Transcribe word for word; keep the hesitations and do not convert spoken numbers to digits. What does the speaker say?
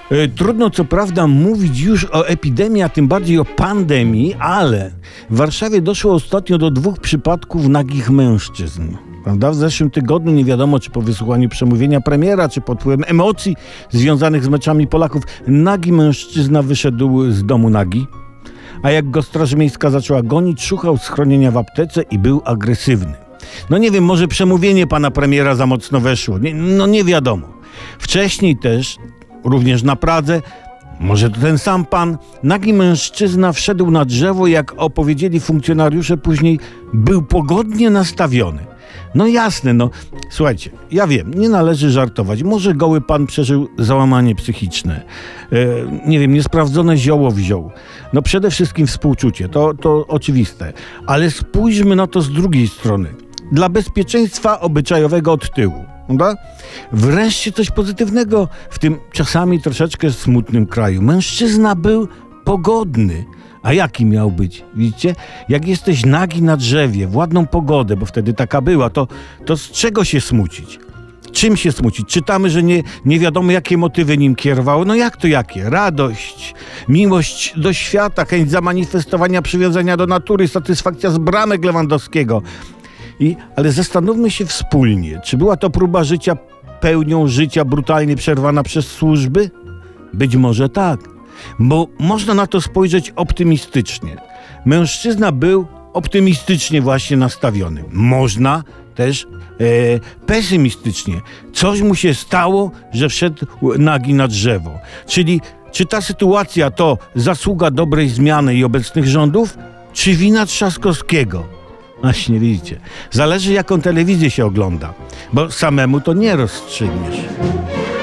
E, Trudno co prawda mówić już o epidemii, a tym bardziej o pandemii, ale w Warszawie doszło ostatnio do dwóch przypadków nagich mężczyzn. Prawda? W zeszłym tygodniu, nie wiadomo czy po wysłuchaniu przemówienia premiera, czy pod wpływem emocji związanych z meczami Polaków, nagi mężczyzna wyszedł z domu nagi. A jak go Straż Miejska zaczęła gonić, szukał schronienia w aptece i był agresywny. No nie wiem, może przemówienie pana premiera za mocno weszło. Nie, no nie wiadomo. Wcześniej też, również na Pradze, może to ten sam pan, nagi mężczyzna wszedł na drzewo, jak opowiedzieli funkcjonariusze później, był pogodnie nastawiony. No jasne, no słuchajcie, ja wiem, nie należy żartować. Może goły pan przeżył załamanie psychiczne. E, nie wiem, niesprawdzone zioło wziął. No przede wszystkim współczucie, to, to oczywiste. Ale spójrzmy na to z drugiej strony. Dla bezpieczeństwa obyczajowego od tyłu. Prawda? Wreszcie coś pozytywnego w tym czasami troszeczkę smutnym kraju. Mężczyzna był pogodny. A jaki miał być? Widzicie? Jak jesteś nagi na drzewie, w ładną pogodę, bo wtedy taka była, to, to z czego się smucić? Czym się smucić? Czytamy, że nie, nie wiadomo, jakie motywy nim kierowały. No jak to jakie? Radość, miłość do świata, chęć zamanifestowania przywiązania do natury, satysfakcja z bramek Lewandowskiego. I, ale zastanówmy się wspólnie, czy była to próba życia pełnią życia brutalnie przerwana przez służby? Być może tak. Bo można na to spojrzeć optymistycznie. Mężczyzna był optymistycznie właśnie nastawiony. Można też e, pesymistycznie. Coś mu się stało, że wszedł nagi na drzewo. Czyli czy ta sytuacja to zasługa dobrej zmiany i obecnych rządów, czy wina Trzaskowskiego? Właśnie widzicie. Zależy, jaką telewizję się ogląda, bo samemu to nie rozstrzygniesz.